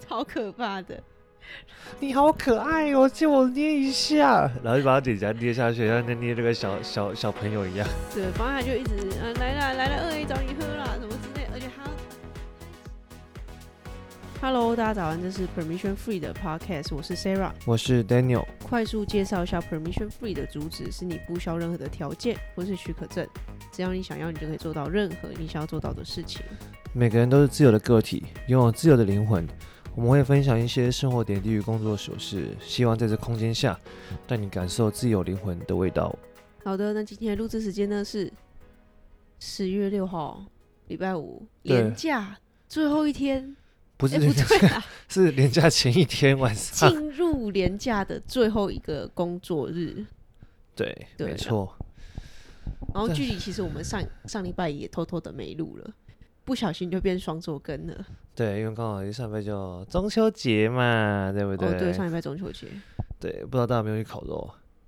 超可怕的。 你好可爱哦，借我捏一下，然后就把他脸颊捏下去，像捏那个小朋友一样。 对，反正他就一直来了2A 找你喝啦什么之类，而且他。Hello， 大家早安，这是 Permission Free 的 Podcast， 我是 Sarah， 我是 Daniel。 快速介绍一下 Permission Free 的主旨是你不需要任何的条件或是许可证，只要你想要，你就可以做到任何你想要做到的事情。 每个人都是自由的个体，拥有自由的灵魂。我们会分享一些生活点滴与工作琐事，希望在这空间下带你感受自由灵魂的味道。 好的，那今天的录制时间呢是10月6号，礼拜五，连假最后一天。 不是连假，是连假前一天晚上， 进入连假的最后一个工作日。 对，没错。 然后距离其实我们上礼拜也偷偷的没录了，不小心就变双周更了。 对，因为刚好上礼拜就中秋节嘛，对不对？ 哦，对，上礼拜中秋节。 对，不知道大家有没有去烤肉？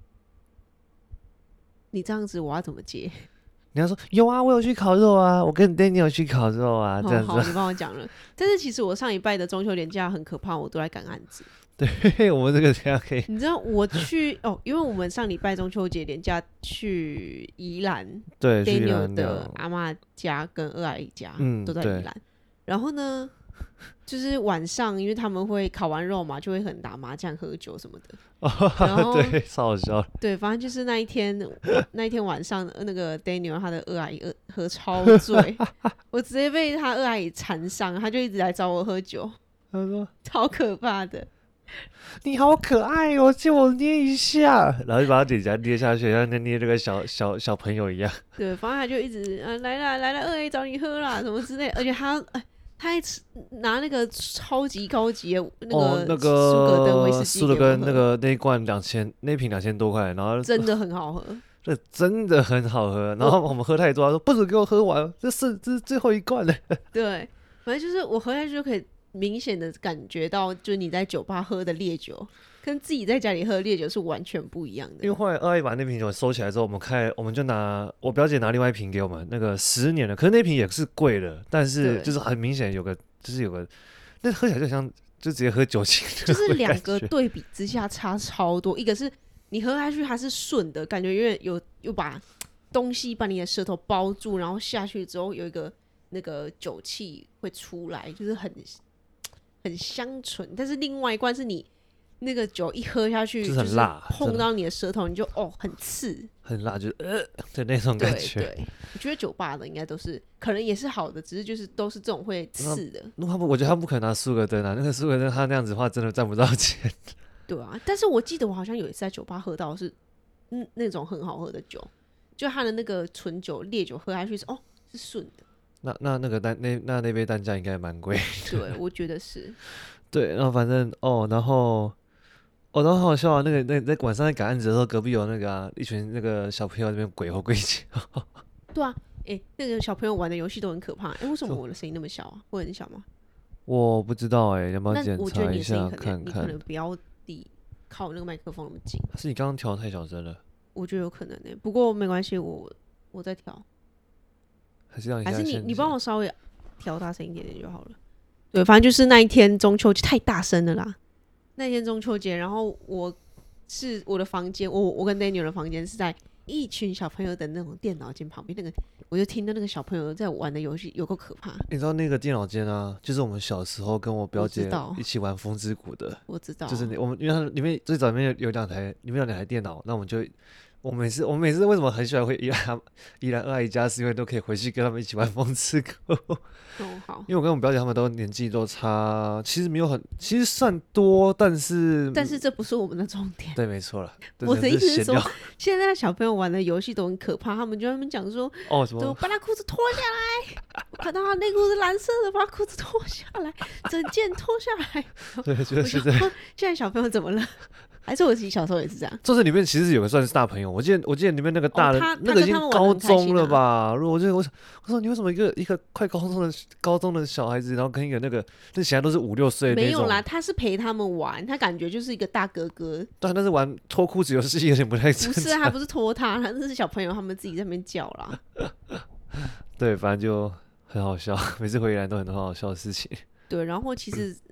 你这样子我要怎么接？ 你要说有啊，我有去烤肉啊，我跟 Daniel 去烤肉啊，这样子。 好，你帮我讲了。但是其实我上礼拜的中秋连假很可怕，我都在赶案子。 对，我们这个这样可以。 你知道我去因为我们上礼拜中秋节连假去宜兰， 对 ，Daniel 的阿嬷家跟二阿姨家，都在宜兰。然后呢，就是晚上，因为他们会烤完肉嘛，就会很打麻将、喝酒什么的。然后对，超好笑。 对，反正就是那一天晚上，那个 Daniel 他的二阿姨喝超醉，我直接被他二阿姨缠上，他就一直来找我喝酒， 他说超可怕的。 你好可爱哦，借我捏一下，然后就把他脸颊捏下去，像捏那个小朋友一样。 对，反正他就一直来了2A 找你喝啦什么之类，而且他还拿那个超级高级的那个苏格登威士忌， 苏格登那一罐2000，那瓶2000多块，然后真的很好喝， 这真的很好喝。然后我们喝太多，他说不准给我喝完，这是最后一罐了。 对，反正就是我喝下去就可以明显的感觉到，就是你在酒吧喝的烈酒跟自己在家里喝的烈酒是完全不一样的。 因为后来二阿姨把那瓶酒收起来之后，我们就我表姐拿另外一瓶给我们，那个10年的，可是那瓶也是贵的，但是就是很明显有个，那喝起来就像就直接喝酒精， 就是两个对比之下差超多。一个是你喝下去它是顺的，感觉有把东西把你的舌头包住，然后下去之后有一个那个酒气会出来，就是很香醇。但是另外一罐是你那个酒一喝下去就是很辣， 碰到你的舌头你就很刺， 很辣，就是的那种感觉。 对，我觉得酒吧的应该都是可能也是好的，只是就是都是这种会刺的。 我觉得他不可能拿苏格登啊，那个苏格登他那样子的话真的赚不到钱。 对啊，但是我记得我好像有一次在酒吧喝到的是那种很好喝的酒，就他的那个纯酒烈酒喝下去是顺的。 那杯单价应该蛮贵的。 对，我觉得是。 对，然后反正然后很好笑啊！那在晚上在赶案子的时候，隔壁有那个一群那个小朋友在那边鬼吼鬼叫。 对啊，那个小朋友玩的游戏都很可怕。为什么我的声音那么小啊？会很小吗？ 我不知道要不要检我觉得查一下你看看。 可能不要靠那个麦克风那么近。 是你刚刚调太小声了？ 我觉得有可能不过没关系，我再调。 还是让你帮我稍微调大声一点点就好了。对，反正就是那一天中秋节太大声了啦。那天中秋节，然后我的房间，我跟 Daniel 的房间是在一群小朋友的那种电脑间旁边，我就听到那个小朋友在玩的游戏，有够可怕。 你知道那个电脑间啊，就是我们小时候跟我表姐一起玩风之谷的。 我知道， 就是我们因为它里面最早里面有两台电脑，那我们每次为什么很喜欢回宜兰二阿姨家，是因为都可以回去跟他们一起玩风之谷。 好。 因为我跟我表姐他们都年纪都差，其实没有其实算多，但是这不是我们的重点。 对，没错了。 我的意思是说，现在小朋友玩的游戏都很可怕，他们就在那边讲说， 什么把他裤子脱下来，我看到他内裤是蓝色的，把他裤子脱下来，整件脱下来。 对，觉得是这样。 现在小朋友怎么了？还是我自己小时候也是这样。 就是里面其实有个算是大朋友，我记得里面那个大人，那个已经高中了吧？我说你为什么一个快高中的小孩子，然后跟一个那显然都是5、6岁的那种。 没有啦，他是陪他们玩，他感觉就是一个大哥哥。 对，但是玩脱裤子游戏有点不太正常。 不是，还不是脱他，那是小朋友他们自己在那边叫啦。 对，反正就很好笑，每次回来都很好笑的事情。 对，然后其实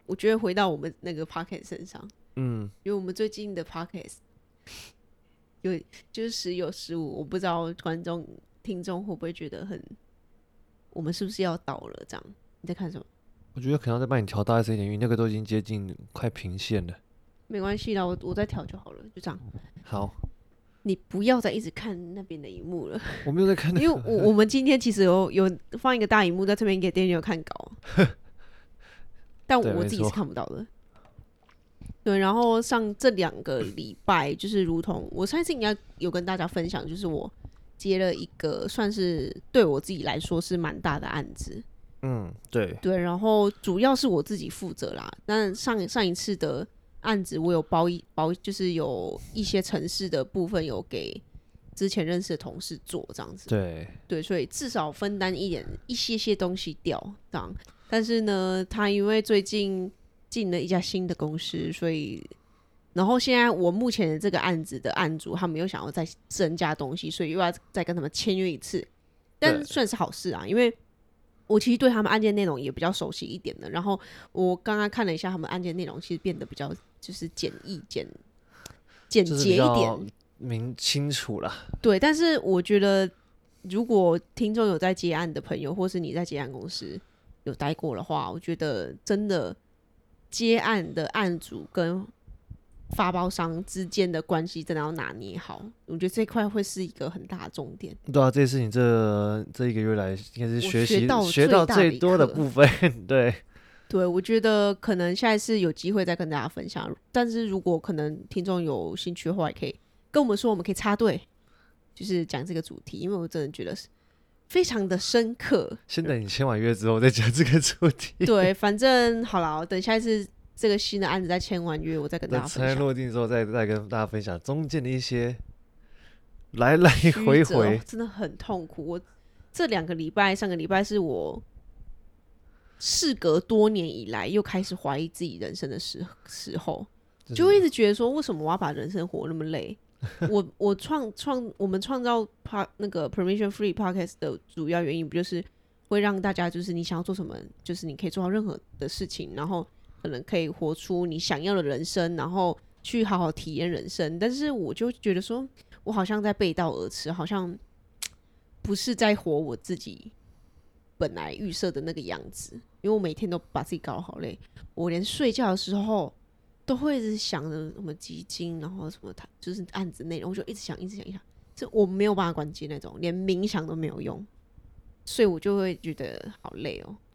我觉得回到我们那个 podcast 身上， 嗯， 因为我们最近的 podcast 有就是时有时无，我不知道听众会不会觉得我们是不是要倒了？这样你在看什么？ 我觉得可能要再帮你调大一点，因为那个都已经接近快平线了。 没关系啦，我再调就好了，就这样。 好， 你不要再一直看那边的荧幕了。 我没有在看、那个， 因为我们今天其实有放一个大荧幕在这边给 Daniel 看稿，但我自己是看不到的。对，然后上这2个礼拜，就是如同我上一次应该有跟大家分享，就是我接了一个算是对我自己来说是蛮大的案子。 嗯，对对，然后主要是我自己负责啦。但上一次的案子，我有包，就是有一些城市的部分有给之前认识的同事做这样子。 对， 所以至少分担一些东西掉这样。但是呢，他因为最近进了一家新的公司，所以然后现在我目前的这个案子的案主，他们又想要再增加东西，所以又要再跟他们签约一次。但算是好事啊，因为我其实对他们案件内容也比较熟悉一点的。然后我刚刚看了一下他们案件内容，其实变得比较就是简洁一点， 明清楚啦。 对，但是我觉得如果听众有在接案的朋友，或是你在接案公司有待过的话，我觉得真的接案的案主跟发包商之间的关系真的要拿捏好，我觉得这块会是一个很大的重点。 对啊，这件事情这1个月来应该是学到最多的部分。 对，我觉得可能下一次有机会再跟大家分享。但是如果可能听众有兴趣的话，也可以跟我们说，我们可以插队，就是讲这个主题，因为我真的觉得是非常的深刻。 现在你签完约之后再讲这个主题。 对，反正好了，等下一次这个新的案子再签完约，我再跟大家分享。 落定之后再跟大家分享中间的一些来回， 真的很痛苦。我这2个礼拜，上个礼拜是我事隔多年以来又开始怀疑自己人生的时候，就会一直觉得说，为什么我要把人生活那么累？我们创造那个 Permission Free Podcast 的主要原因，不就是会让大家就是你想要做什么，就是你可以做到任何的事情，然后可能可以活出你想要的人生，然后去好好体验人生。但是我就觉得说，我好像在背道而驰，好像不是在活我自己本来预设的那个样子。因为我每天都把自己搞得好累，我连睡觉的时候都会一直想着什么基金，然后什么就是案子内容，我就一直想，这我没有办法关机那种，连冥想都没有用，所以我就会觉得好累哦。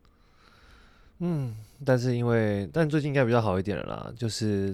但最近应该比较好一点了啦，就是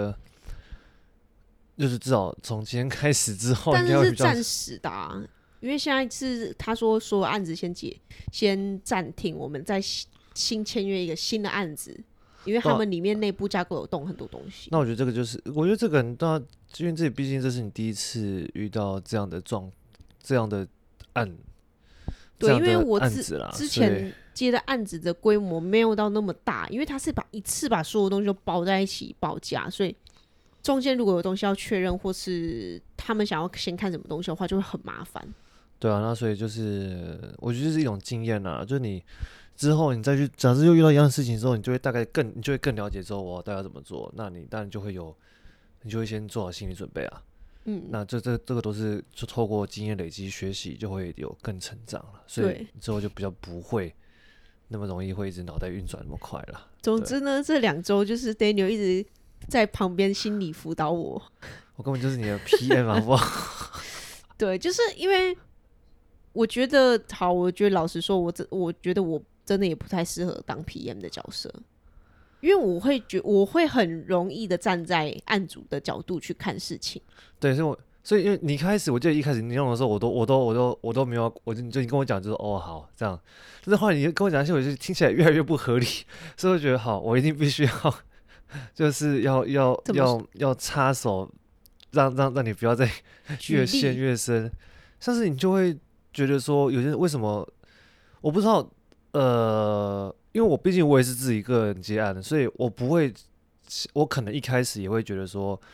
至少从今天开始之后， 但是是暂时的啊，因为现在是他说所有案子先暂停，我们再新签约一个新的案子，因为他们里面内部架构有动很多东西。 那我觉得这个就是，我觉得这个因为毕竟这是你第一次遇到这样的案， 对，因为我之前接的案子的规模没有到那么大，因为他是一次把所有东西都包在一起报价，所以中间如果有东西要确认，或是他们想要先看什么东西的话，就会很麻烦。 对啊，那所以就是我觉得是一种经验啦，就是你之后你再去假设又遇到一样的事情之后，你就会更了解之后我大概怎么做，那你当然你就会先做好心理准备啊。那这个都是就透过经验累积学习，就会有更成长了，所以之后就比较不会那么容易会一直脑袋运转那么快了。 总之呢，这2周就是 Daniel 一直在旁边心理辅导我， 我根本就是你的 PM 好不好？ 对，就是因为我觉得老实说，我觉得我真的也不太适合当 PM 的角色，因为我会很容易的站在案主的角度去看事情。 对，所以因为你我记得一开始你用的时候，我都没有，你跟我讲就是好这样，但是后来你跟我讲一些，我就听起来越来越不合理，所以我觉得好，我一定必须要就是要插手，让你不要再越陷越深，像是你就会觉得说有些人为什么我不知道，因为毕竟我也是自己一个人接案的，所以我可能一开始也会觉得说，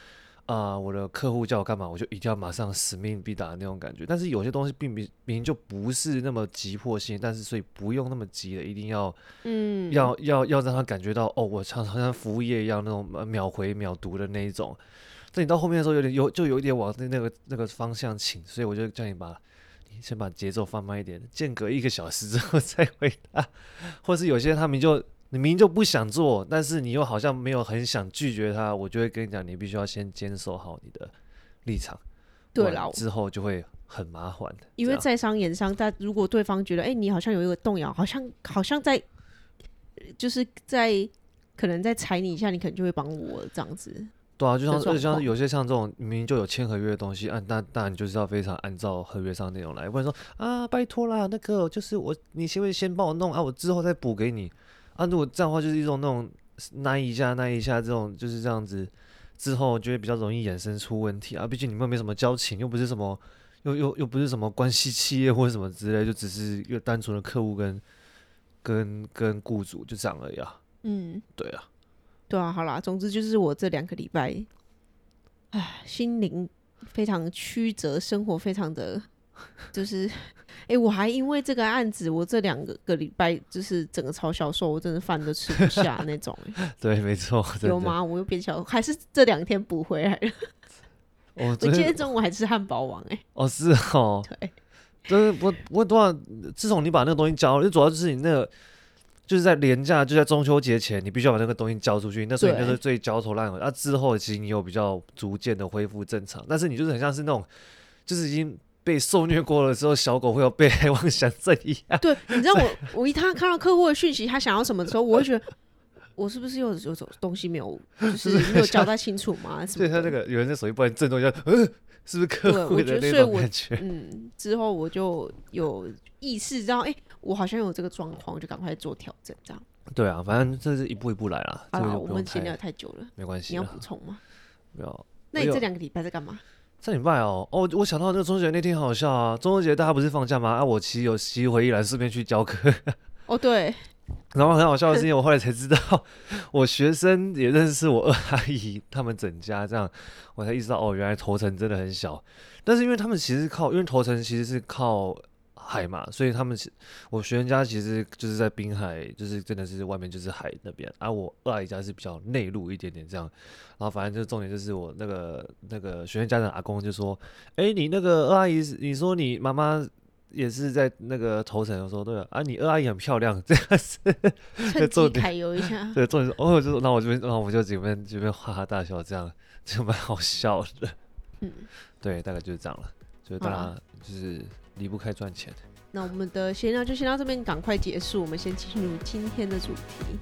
我的客户叫我干嘛，我就一定要马上使命必达的那种感觉。但是有些东西明明就不是那么急迫性，但是所以不用那么急的，一定要要让他感觉到哦，我好像服务业一样那种秒回秒读的那一种。但你到后面的时候就有一点往那个方向倾，所以我就叫你先把节奏放慢一点，间隔1个小时之后再回答，或是有些你明明就不想做，但是你又好像没有很想拒绝他，我就会跟你讲，你必须要先坚守好你的立场， 对啦， 之后就会很麻烦。 因为在商言商，但如果对方觉得，你好像有一个动摇，好像在就是可能再踩你一下，你可能就会帮我这样子。 对啊，就像有些像这种明明就有签合约的东西，当然你就是要非常按照合约上内容来，不然说拜托啦，那个就是你先帮我弄我之后再补给你。如果这样的话，就是一种那种那一下这种就是这样子，之后就会比较容易衍生出问题毕竟你们又没什么交情，又不是什么又不是什么关系企业或者什么之类，就只是一个单纯的客户跟雇主就这样而已对啊。 对啊，好啦，总之就是我这2个礼拜，心灵非常曲折，生活非常的就是。我还因为这个案子，我这2个礼拜就是整个超销售，我真的饭都吃不下那种对，没错。 有吗？我又变小，还是这2天补回来了。我今天中午还吃汉堡王是哦。 对。 就是我多少，自从你把那个东西交了，主要就是你那个就是在连假，就在中秋节前，你必须要把那个东西交出去，那时候你就是最焦头烂额。之后其实你有比较逐渐的恢复正常，但是你就是很像是那种，就是已经被受虐过了之后，小狗会有被害妄想症一样。 对，你知道我一看到客户的讯息，他想要什么的时候，我会觉得我是不是有东西没有，就是没有交代清楚吗？ 所以他那个有人在手机不然震动一下，是不是客户的那种感觉？ 之后我就有意识到，我好像有这个状况，我就赶快做调整，这样。 对啊，反正这是一步一步来啦。 好啦，我们闲聊太久了， 没关系。 你要补充吗？ 没有。 那你这2个礼拜在干嘛？ 这礼拜我想到那个中秋节那天好好笑啊！中秋节大家不是放假吗？我其实有骑回宜兰顺便去教课。 对。 然后很好笑的是，因为我后来才知道，我学生也认识我2阿姨他们整家，这样我才意识到原来头城真的很小。但是因为他们其实因为头城其实是靠海嘛，所以我学生家其实就是在滨海，就是真的是外面就是海那边我2阿姨家是比较内陆一点点这样。然后反正就是重点就是我那个学生家长阿公就说，你那个2阿姨，你说你妈妈也是在那个头城，我说对你2阿姨很漂亮，这样是趁机揩油一下。 对，重点是然后我就这边哈哈大笑，这样就蛮好笑的。对，大概就是这样了，就是大家就是离不开赚钱。 那我们的闲聊就先到这边，赶快结束，我们先进入今天的主题。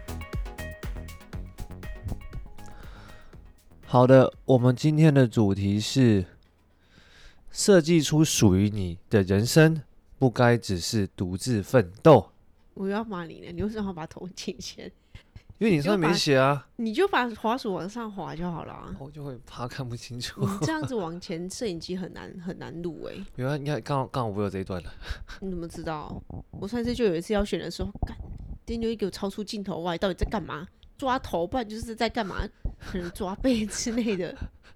好的，我们今天的主题是设计出属于你的人生，不该只是独自奋斗。 我要骂你呢，你为什么要把头倾前？ 因为你上面没写啊， 你就把滑鼠往上滑就好了。 我就会怕看不清楚。 你这样子往前，摄影机很难录原来你看，刚好我有这一段了。 你怎么知道？我上次就有一次要选的时候，点就给我超出镜头外，到底在干嘛？抓头，不然就是在干嘛？可能抓背之类的。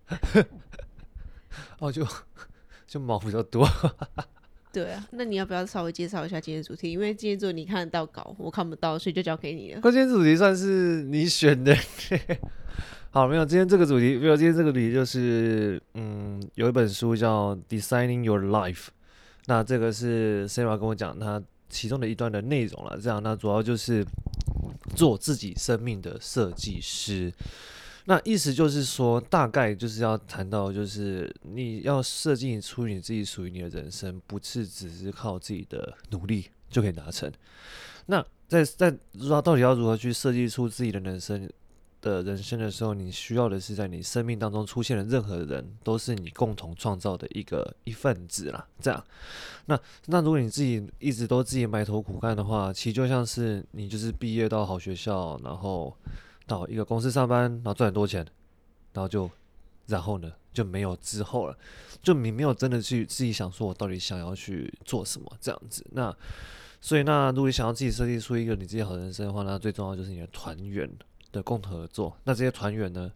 就毛比较多。 对啊，那你要不要稍微介绍一下今天的主题？因为今天只有你看得到稿，我看不到，所以就交给你了。 关键主题算是你选的。好，没有，今天这个主题就是有一本书叫《Designing Your Life》，那这个是 Sarah 跟我讲他其中的一段的内容了。这样，那主要就是做自己生命的设计师。那意思就是说，大概就是要谈到，就是你要设计出你自己属于你的人生，不是只是靠自己的努力就可以达成。那在到底要如何去设计出自己的人生的时候，你需要的是在你生命当中出现的任何人都是你共同创造的一份子啦。这样，那如果你自己一直都自己埋头苦干的话，其实就像是你就是毕业到好学校，然后到一个公司上班，然后赚很多钱，然后呢就没有之后了，就你没有真的去自己想说我到底想要去做什么这样子。所以如果你想要自己设计出一个你自己好人生的话，那最重要就是你的团员的共同合作。那这些团员呢，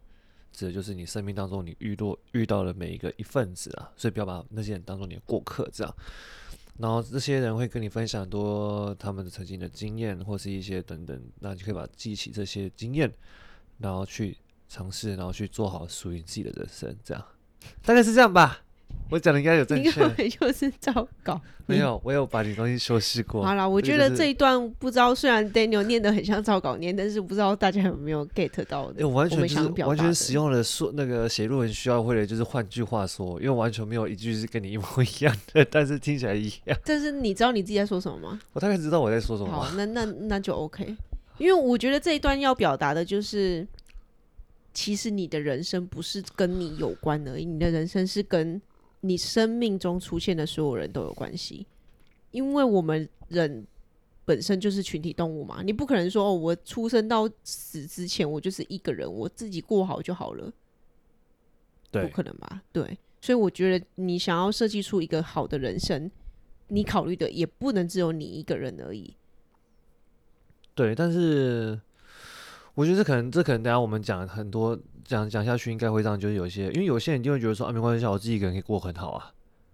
指的就是你生命当中你遇到的每一份子啊，所以不要把那些人当做你的过客这样。然后这些人会跟你分享很多他们曾经的经验，或是一些等等，那你可以记起这些经验，然后去尝试，然后去做好属于自己的人生，这样大概是这样吧。我讲的应该有正确， 你根本就是照稿。 没有，我有把你东西修饰过。 好啦，我觉得这一段不知道，虽然 Daniel 念得很像照稿念，但是不知道大家有没有 get 到的。 我完全就是完全使用了那个写论文需要会的，就是换句话说，因为完全没有一句是跟你一模一样的，但是听起来一样。 但是你知道你自己在说什么吗？ 我大概知道我在说什么。 好，那就 OK。因为我觉得这一段要表达的就是，其实你的人生不是跟你有关而已，你的人生是跟你生命中出现的所有人都有关系。因为我们人本身就是群体动物嘛，你不可能说哦，我出生到死之前我就是一个人，我自己过好就好了， 对， 不可能吧？对，所以我觉得你想要设计出一个好的人生，你考虑的也不能只有你一个人而已。 对，但是我觉得这可能等一下我们讲很多讲下去，应该会让就是有些，因为有些人就会觉得说啊，没关系，我自己一个人可以过很好啊。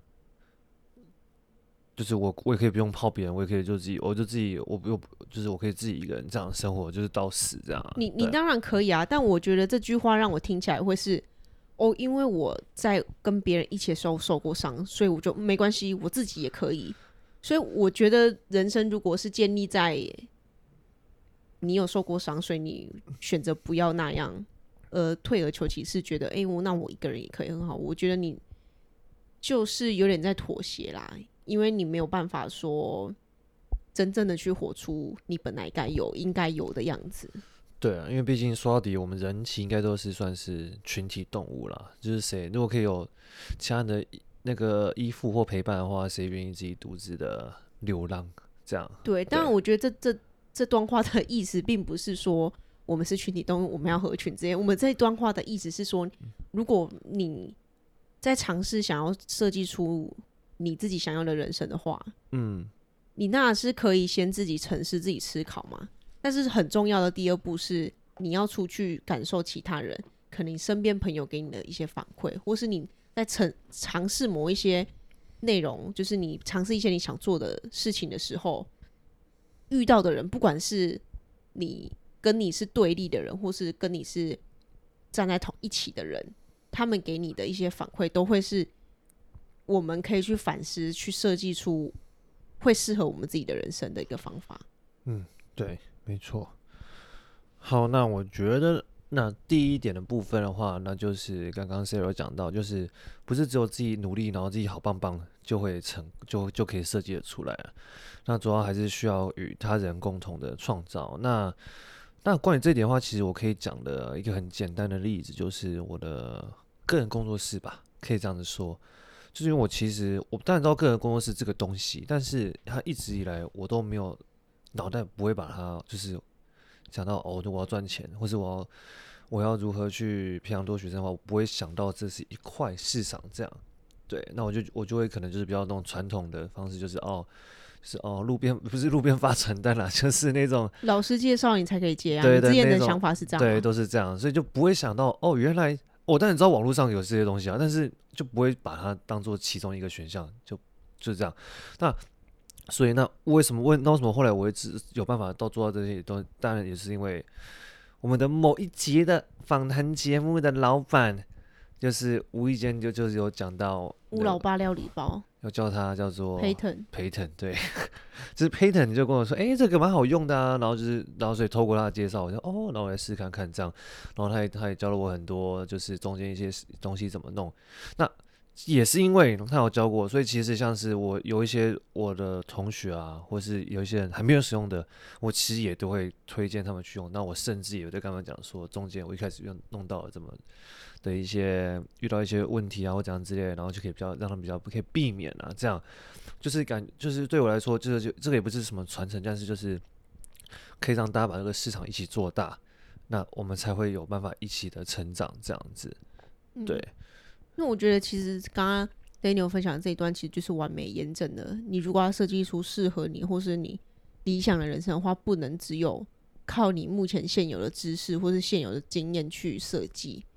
就是我也可以不用泡别人，我也可以就自己，我不用，就是我可以自己一个人这样生活，就是到死这样啊。 你当然可以啊，但我觉得这句话让我听起来会是哦，因为我在跟别人一起受过伤，所以我就没关系，我自己也可以。所以我觉得人生如果是建立在你有受过伤，所以你选择不要那样，退而求其次，觉得那我一个人也可以很好。我觉得你就是有点在妥协啦。因为你没有办法说真正的去活出你本来应该有的样子。 对啊，因为毕竟说到底，我们人其实应该都是算是群体动物啦。就是谁如果可以有其他人的那个依附或陪伴的话，谁愿意自己独自的流浪？这样对。当然，我觉得这段话的意思并不是说我们是群体动物，我们要合群之类。我们这段话的意思是说，如果你在尝试想要设计出你自己想要的人生的话，你那是可以先自己沉思、自己思考嘛。但是很重要的第二步是，你要出去感受其他人，可能你身边朋友给你的一些反馈，或是你在尝试某一些内容，就是你尝试一些你想做的事情的时候，遇到的人，不管是跟你是对立的人，或是跟你是站在同一起的人，他们给你的一些反馈，都会是我们可以去反思，去设计出会适合我们自己的人生的一个方法。 对，没错。好，那我觉得那第一点的部分的话，那就是刚刚 Sarah 讲到，就是不是只有自己努力，然后自己好棒棒就会就可以设计得出来了。那主要还是需要与他人共同的创造。那关于这一点的话，其实我可以讲的一个很简单的例子，就是我的个人工作室吧，可以这样子说。就是因为我当然知道个人工作室这个东西，但是它一直以来我都没有脑袋不会把它就是想到我要赚钱，或是我要如何去培养多学生的话，我不会想到这是一块市场这样。对，那我就会可能就是比较那种传统的方式，就是路边不是路边发传单啦，就是那种老师介绍你才可以接啊。 对， 你之前的想法是这样吗？ 对，都是这样，所以就不会想到原来我当然知道网络上有这些东西啊，但是就不会把它当做其中一个选项，就是这样。所以为什么后来我会有办法做到这些都，当然也是因为我们的某一集的访谈节目的老板，就是无意间就是有讲到吴老爸料理包， 要叫他叫做 Payton， 对，就是 Payton 就跟我说，这个蛮好用的啊，然后所以透过他的介绍，我就然后我来试看看这样，然后他也教了我很多，就是中间一些东西怎么弄，那也是因为他有教过，所以其实像是我有一些我的同学啊，或是有一些人还没有使用的，我其实也都会推荐他们去用。那我甚至也在跟他们讲说，中间我一开始弄到了这么的遇到一些问题啊或怎样之类的，然后就可以让他们比较可以避免啊，这样就是对我来说，就这个也不是什么传承，但是就是可以让大家把这个市场一起做大，那我们才会有办法一起的成长这样子，对。 因为我觉得其实刚刚 Daniel 分享的这一段其实就是完美验证的，你如果要设计出适合你或是你理想的人生的话，不能只有靠你目前现有的知识或是现有的经验去设计，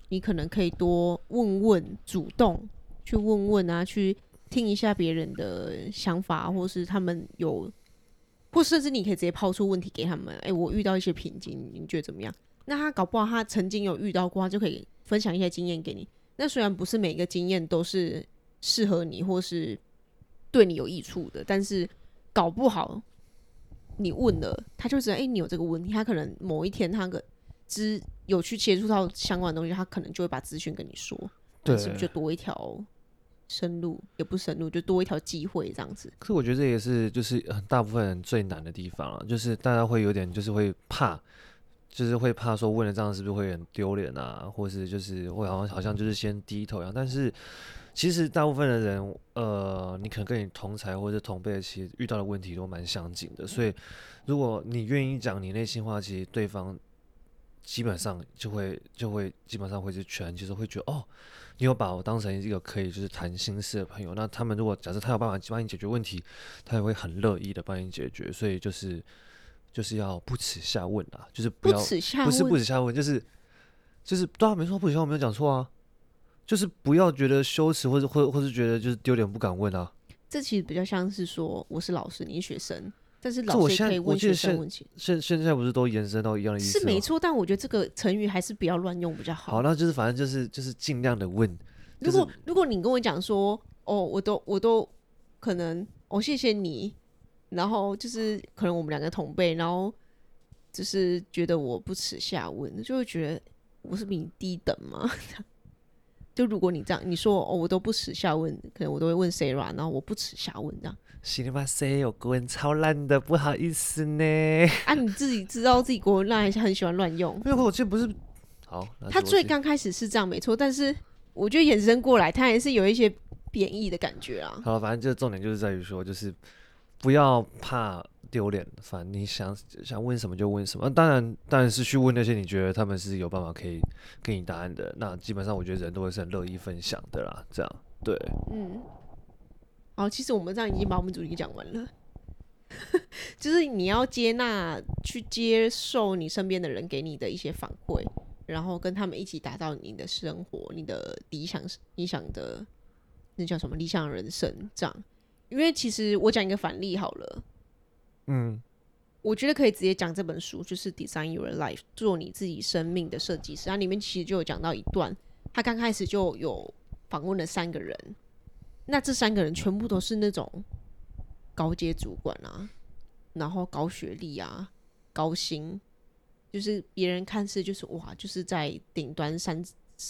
你可能可以多问问，主动去问问啊，去听一下别人的想法，或是他们有，或甚至你可以直接抛出问题给他们。我遇到一些瓶颈，你觉得怎么样？那他搞不好他曾经有遇到过，他就可以分享一些经验给你。那虽然不是每个经验都是适合你或是对你有益处的，但是搞不好你问了，他就知道你有这个问题，他可能某一天他有去接触到相关的东西，他可能就会把资讯跟你说，对，是不是就多一条生路，也不生路，就多一条机会这样子。 可是我觉得这也是就是很大部分人最难的地方了，就是大家会有点就是会怕。就是会怕说问了这样是不是会很丢脸啊，或是就是会好像就是先低头一样。但是其实大部分的人，你可能跟你同才或者同辈，其实遇到的问题都蛮相近的。所以如果你愿意讲你内心话，其实对方基本上就会基本上会是全，就是会觉得哦，你有把我当成一个可以就是谈心事的朋友。那他们如果假设他有办法帮你解决问题，他也会很乐意的帮你解决。所以就是要不耻下问啦，就是不要不是不耻下问，就是对啊，没错，不耻下问没有讲错啊，就是不要觉得羞耻或是觉得就是丢脸不敢问啊。 这其实比较像是说我是老师，你是学生，但是老师也可以问学生问题。现在不是都延伸到一样的意思吗？ 是没错，但我觉得这个成语还是不要乱用比较好。 好，那就是反正就是尽量的问。 如果你跟我讲说我都可能谢谢你。然后就是可能我们两个同辈，然后就是觉得我不耻下问，就会觉得我是比你低等吗？就如果你这样你说我都不耻下问，可能我都会问 Sarah， 然后我不耻下问这样。 西里马塞，我国文超烂的，不好意思呢。 你自己知道自己国文烂，还是很喜欢乱用？ 没有，我这不是好。 他最刚开始是这样没错，但是我觉得延伸过来，他还是有一些贬义的感觉啊。 好，反正这重点就是在于说，就是不要怕丢脸，反正你想问什么就问什么。当然是去问那些你觉得他们是有办法可以给你答案的。那基本上我觉得人都会是很乐意分享的啦。这样对。 好，其实我们这样已经把我们主题讲完了。就是你要接纳、去接受你身边的人给你的一些反馈，然后跟他们一起达到你的生活、你的理想的那叫什么理想人生这样。因为其实我讲一个反例好了，我觉得可以直接讲这本书，就是 Design Your Life， 做你自己生命的设计师。它里面其实就有讲到一段，他刚开始就有访问了3个人，那这3个人全部都是那种高阶主管啊，然后高学历啊，高薪，就是别人看似就是哇，就是在顶端三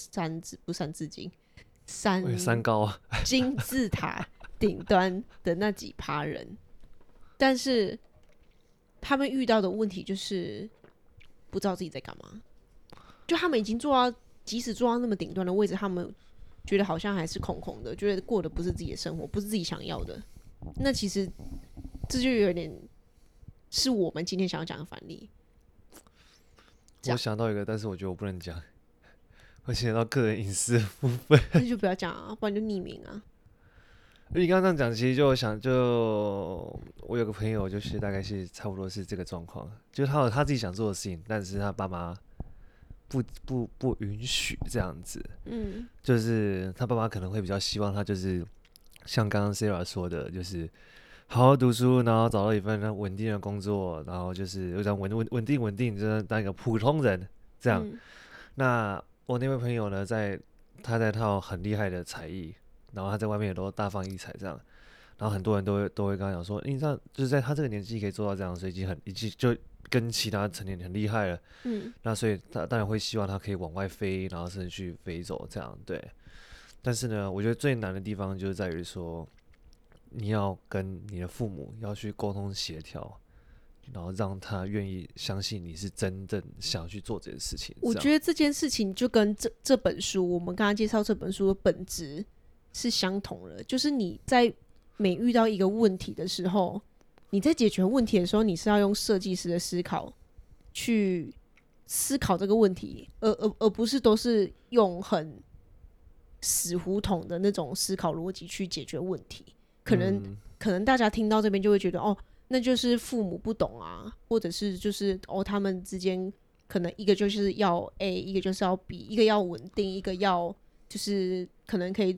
高啊，金字塔顶端的那几趴人，但是他们遇到的问题就是不知道自己在干嘛。就他们已经即使做到那么顶端的位置，他们觉得好像还是空空的，觉得过的不是自己的生活，不是自己想要的。那其实这就有点是我们今天想要讲的反例。 我想到一个，但是我觉得我不能讲，会牵扯到个人隐私的部分。 那就不要讲啊，不然就匿名啊。 你刚刚这样讲，其实我有个朋友，就是大概是差不多是这个状况，就是他有他自己想做的事情，但是他爸妈不允许这样子。就是他爸妈可能会比较希望他就是像刚刚 Sarah 说的，就是好好读书，然后找到一份稳定的工作，然后就是有点稳定，就是当一个普通人这样。那我那位朋友呢，他在套很厉害的才艺。然后他在外面也都大放异彩这样，然后很多人都会跟他讲说，你知道，就是在他这个年纪可以做到这样，所以已经就跟其他成年人很厉害了。那所以他当然会希望他可以往外飞，然后甚至去飞走这样，对。但是呢，我觉得最难的地方就是在于说，你要跟你的父母要去沟通协调，然后让他愿意相信你是真正想要去做这件事情。 我觉得这件事情就跟这本书，我们刚刚介绍这本书的本质是相同的，就是你在每遇到一个问题的时候，你在解决问题的时候，你是要用设计师的思考去思考这个问题，而不是都是用很死胡同的那种思考逻辑去解决问题。可能大家听到这边就会觉得，那就是父母不懂啊，或者是就是他们之间可能一个就是要 A， 一个就是要 B， 一个要稳定，一个要就是可能可以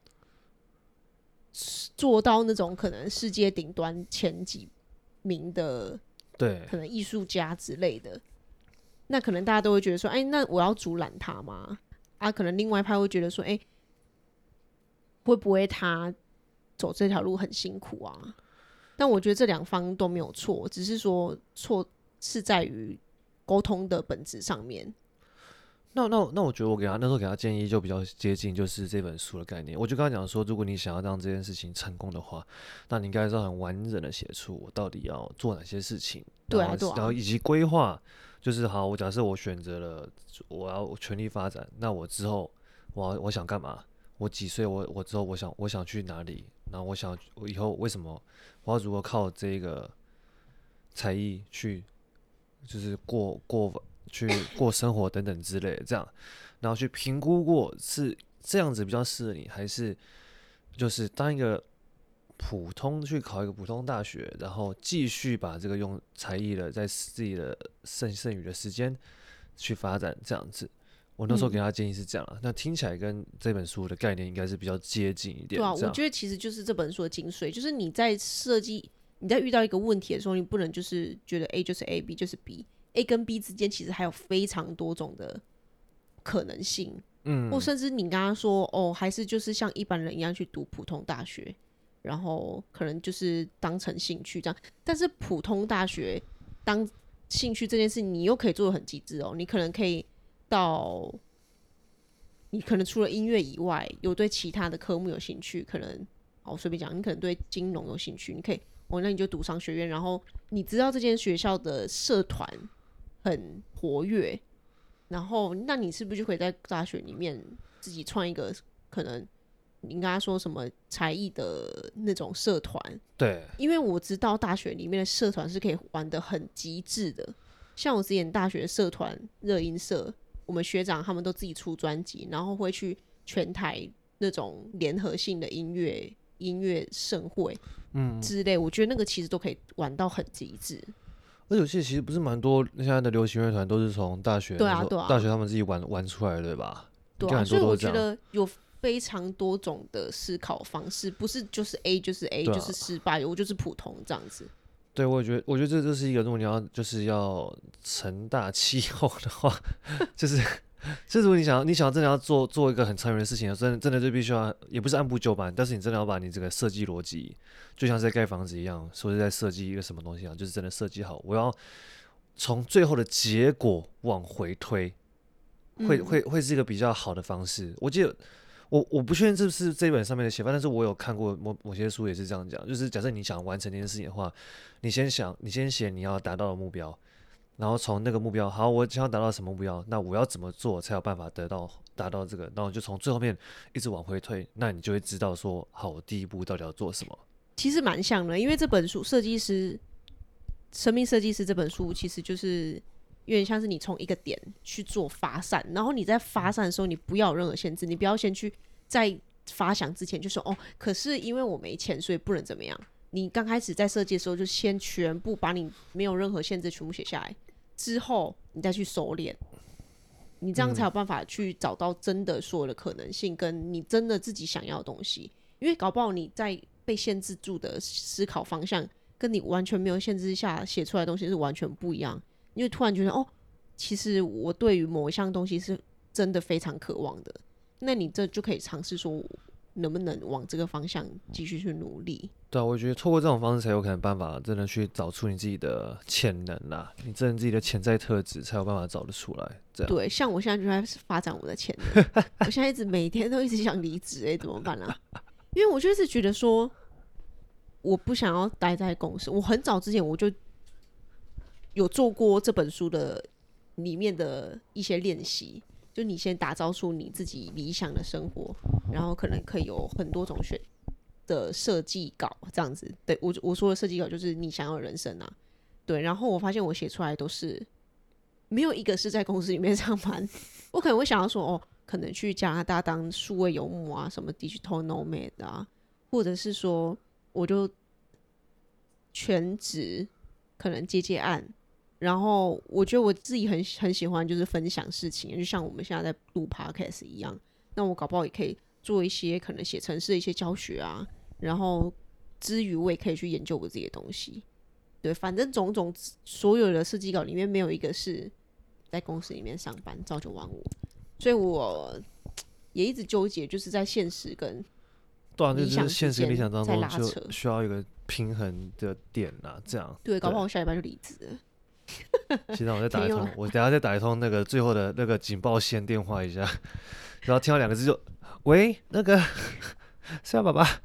做到那种可能世界顶端前几名的， 对， 可能艺术家之类的。那可能大家都会觉得说，哎，那我要阻拦他吗？啊，可能另外一派会觉得说，哎，会不会他走这条路很辛苦啊？但我觉得这两方都没有错，只是说错是在于沟通的本质上面。 那我觉得我那时候给他建议就比较接近，就是这本书的概念。我就跟他讲说，如果你想要让这件事情成功的话，那你应该是要很完整的写出我到底要做哪些事情， 对啊， 然后以及规划。就是好，我假设我选择了我要全力发展，那我之后我想干嘛？我几岁？我之后我想去哪里？然后我以后为什么我要如何靠这个才艺去就是去过生活等等之类的，这样，然后去评估过是这样子比较适合你，还是就是当一个普通去考一个普通大学，然后继续把这个用才艺的在自己的剩余的时间去发展这样子。我那时候给他建议是这样那听起来跟这本书的概念应该是比较接近一点。 对啊，我觉得其实就是这本书的精髓，就是你在你在遇到一个问题的时候，你不能就是觉得 A 就是 A，B 就是 B，A 跟 B 之间其实还有非常多种的可能性。或甚至你刚刚说哦，还是就是像一般人一样去读普通大学，然后可能就是当成兴趣这样。但是普通大学当兴趣这件事，你又可以做的很极致哦。你可能可以到，你可能除了音乐以外，有对其他的科目有兴趣，可能我随便讲，你可能对金融有兴趣，你可以那你就读商学院，然后你知道这间学校的社团很活跃，然后那你是不是就可以在大学里面自己创一个可能你跟他说什么才艺的那种社团？ 对， 因为我知道大学里面的社团是可以玩得很极致的，像我之前大学社团热音社，我们学长他们都自己出专辑，然后会去全台那种联合性的音乐盛会之类，我觉得那个其实都可以玩到很极致。 而且其实不是蛮多现在的流行乐团都是从大学对啊大学他们自己玩出来的，对吧？ 对啊，所以我觉得有非常多种的思考方式，不是就是 A 就是 A，就是失败，我就是普通这样子。 对，我觉得这是一个，如果你要成大气候的话，就是如果你想真的要做一个很长远的事情，真的就必须要，也不是按部就班，但是你真的要把你这个设计逻辑，就像是在盖房子一样，说是在设计一个什么东西一样，就是真的设计好，我要从最后的结果往回推，会是一个比较好的方式。我记得我不确定这是这本上面的写法，但是我有看过某些书也是这样讲，就是假设你想完成这件事情的话，你先写你要达到的目标，然后从那个目标，好，我想要达到什么目标，那我要怎么做才有办法达到这个，然后就从最后面一直往回推，那你就会知道说，好，我第一步到底要做什么。 其实蛮像的，因为这本书生命设计师这本书其实就是有点像是你从一个点去做发散，然后你在发散的时候，你不要有任何限制，你不要先去在发想之前就说哦，可是因为我没钱，所以不能怎么样。你刚开始在设计的时候，就先全部把你没有任何限制全部写下来，之后你再去收敛，你这样才有办法去找到真的所有的可能性，跟你真的自己想要的东西。因为搞不好你在被限制住的思考方向，跟你完全没有限制下写出来的东西是完全不一样。因为突然觉得哦，其实我对于某一项东西是真的非常渴望的，那你这就可以尝试说能不能往这个方向继续去努力。 对啊，我觉得透过这种方式才有可能办法真的去找出你自己的潜能啦，你真的自己的潜在特质才有办法找得出来。这样对，像我现在就在发展我的潜能，我现在每天都一直想离职，怎么办啊？因为我就是觉得说，我不想要待在公司。我很早之前我就有做过这本书的里面的一些练习，就你先打造出你自己理想的生活，然后可能可以有很多种选的设计稿这样子。对，我说的设计稿就是你想要的人生啊。对，然后我发现我写出来都是没有一个是在公司里面上班。我可能会想要说，哦，可能去加拿大当数位游牧啊，什么 digital nomad 啊，或者是说我就全职可能接案， 然后我觉得我自己很喜欢就是分享事情，就像我们现在在录 podcast 一样。那我搞不好也可以做一些可能写程式的一些教学啊，然后之余我也可以去研究我自己的东西。对，反正种种所有的设计稿里面没有一个是在公司里面上班朝9晚5，所以我也一直纠结，就是在现实跟对啊，就是现实跟理想当中在拉扯， 就需要一个平衡的点啊，这样。 对，搞不好我下礼拜就离职了。 现在我再打一通，我等一下再打一通那个最后的那个警报线电话一下，然后听到2个字就喂，那个是啊，爸爸。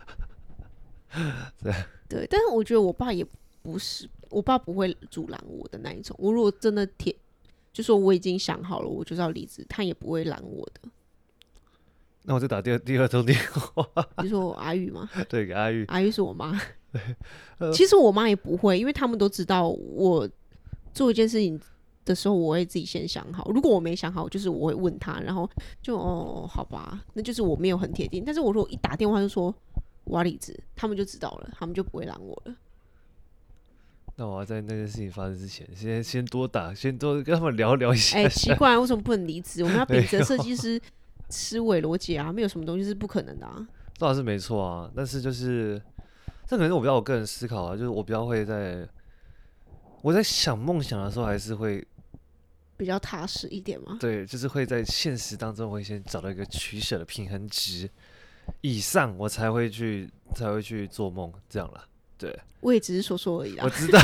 对，但是我觉得我爸也不是，我爸不会阻拦我的那一种。我如果真的就说我已经想好了，我就是要离职，他也不会拦我的。 那我就打第二通电话。 你说我阿玉吗？ 对，给阿玉。 阿玉是我妈。其实我妈也不会，因为他们都知道我做一件事情的时候，我会自己先想好。如果我没想好，就是我会问他，然后就好吧，那就是我没有很铁定。但是我如果一打电话就说我要离职，他们就知道了，他们就不会拦我了。 那我要在那件事情发生之前，先多打，先多跟他们聊一下。 奇怪，为什么不能离职？我们要秉着设计师思维逻辑啊，没有什么东西是不可能的啊。 当然是没错啊，但是就是这可能是我比较我个人思考啊，就是我比较会我在想梦想的时候，还是会比较踏实一点嘛。 对，就是会在现实当中会先找到一个取舍的平衡值以上，我才会去做梦这样啦。对， 我也只是说说而已啦。 我知道，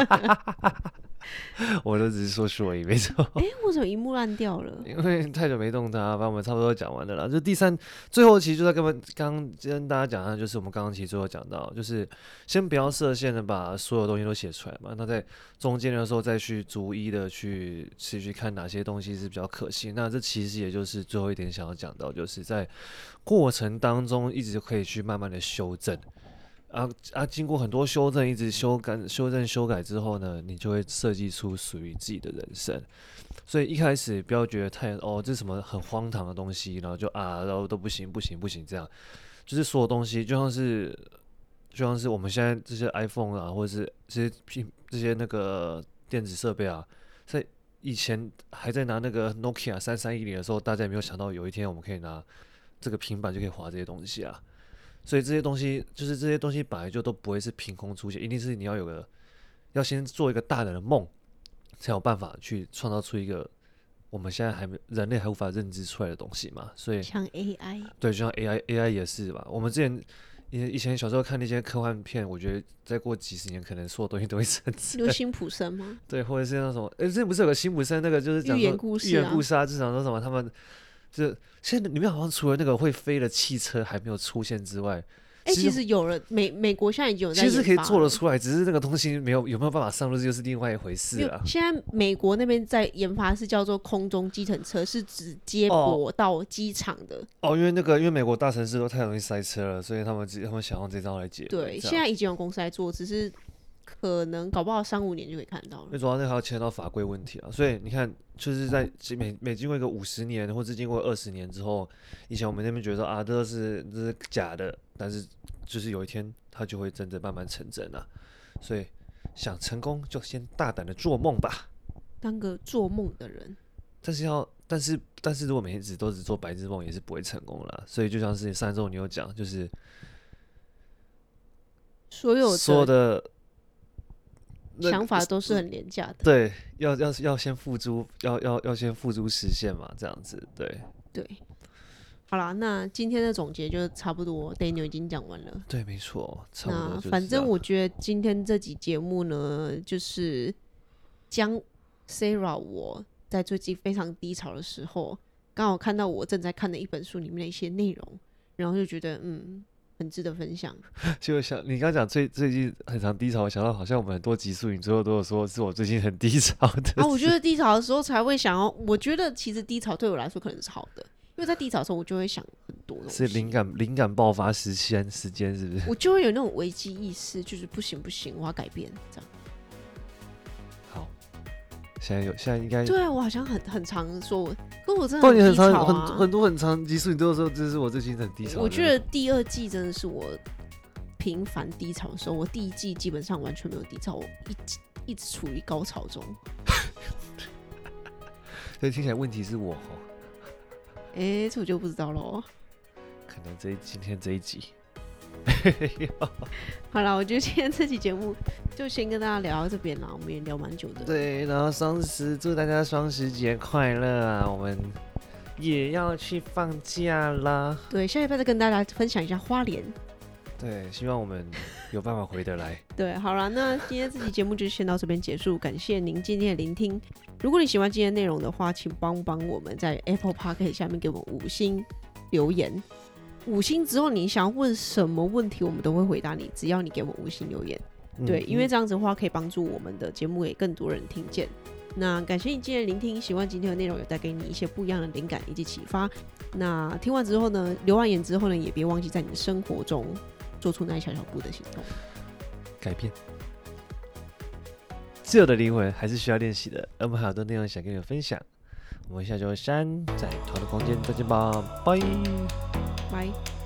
我都只是说说而已，没错。 为什么荧幕烂掉了？ 因为太久没动它，把我们差不多讲完了啦。就最后其实就在跟大家讲的，就是我们刚刚其实最后讲到，就是先不要设限的把所有东西都写出来嘛。那在中间的时候再去逐一的去持续看哪些东西是比较可行。那这其实也就是最后一点想要讲到，就是在过程当中一直可以去慢慢的修正。经过很多修正，一直修改之后呢，你就会设计出属于自己的人生。所以一开始不要觉得这是什么很荒唐的东西，然后然后都不行这样。就是所有东西就像是我们现在这些 iPhone 啊，或者是这些那个电子设备啊，在以前还在拿那个 Nokia 3310的时候，大家也没有想到有一天我们可以拿这个平板就可以滑这些东西啊。所以这些东西本来就都不会是凭空出现，一定是你要先做一个大胆的梦，才有办法去创造出一个我们现在人类还无法认知出来的东西嘛。所以像 AI， 对，就像 AI 也是吧。我们之前以前小时候看那些科幻片，我觉得再过几十年，可能所有东西都会成真。 有辛普森吗？ 对，或者是那种之前不是有个辛普森那个就是讲寓言故事啊，至少说什么他们。就现在里面好像除了那个会飞的汽车还没有出现之外， 其实有了，美国现在已经有在研发了， 其实可以做得出来，只是那个东西有没有办法上路，这就是另外一回事了。 现在美国那边在研发是叫做空中计程车，是直接驳到机场的。 因为美国大城市都太容易塞车了，所以他们想用这招来解决。 对，现在已经有公司在做，只是可能搞不好3-5年就可以看到了。 最主要那还要牵扯到法规问题啊，所以你看，就是在每经过一个50年，或者经过20年之后，以前我们那边觉得说这是假的，但是就是有一天它就会真的慢慢成真啊。所以想成功就先大胆的做梦吧， 当个做梦的人。 但是如果每天都只做白日梦，也是不会成功啦。所以就像是上周你有讲，就是所有的想法都是很廉价的。 对，要先付诸，要先付诸实现嘛，这样子。对， 好啦，那今天的总结就差不多 ，Daniel 已经讲完了。 对，没错，差不多就是这样。 反正我觉得今天这集节目呢，就是将 Sarah 我在最近非常低潮的时候，刚好看到我正在看的一本书里面的一些内容，然后就觉得很值得分享。 就想你刚刚讲最近很常低潮，我想到好像我们很多集数，你最后都有说是我最近很低潮的。 我觉得低潮的时候才会想要，我觉得其实低潮对我来说可能是好的，因为在低潮的时候我就会想很多东西。 是灵感爆发时间是不是？ 我就会有那种危机意识，就是不行，我要改变这样。 好，现在应该对啊，我好像很常说，可我真的很低潮啊， 很多很长集数，你都有说这是我最近很低潮。 我觉得第2季真的是我频繁低潮的时候，我第1季基本上完全没有低潮，我一直处于高潮中。 所以听起来问题是我这我就不知道咯。 可能今天这一集。 好了，我觉得今天这期节目就先跟大家聊到这边啦，我们也聊蛮久的。 对，然后祝大家双十节快乐啊！我们也要去放假啦。 对，下礼拜再跟大家分享一下花莲。 对，希望我们有办法回得来。 对，好啦，那今天这期节目就先到这边结束，感谢您今天的聆听。如果你喜欢今天内容的话，请帮我们在 Apple Podcast 下面给我们5星留言。5星之后，你想要问什么问题，我们都会回答你，只要你给我们5星留言。对，因为这样子的话可以帮助我们的节目给更多人听见。那感谢你今天的聆听，希望今天的内容有带给你一些不一样的灵感以及启发。那听完之后呢，留完言之后呢，也别忘记在你的生活中做出那一小小步的行动， 改变。自由的灵魂还是需要练习的，而我们还有很多内容想跟你们分享。我们下周3在同一个空间再见吧，拜。 拜。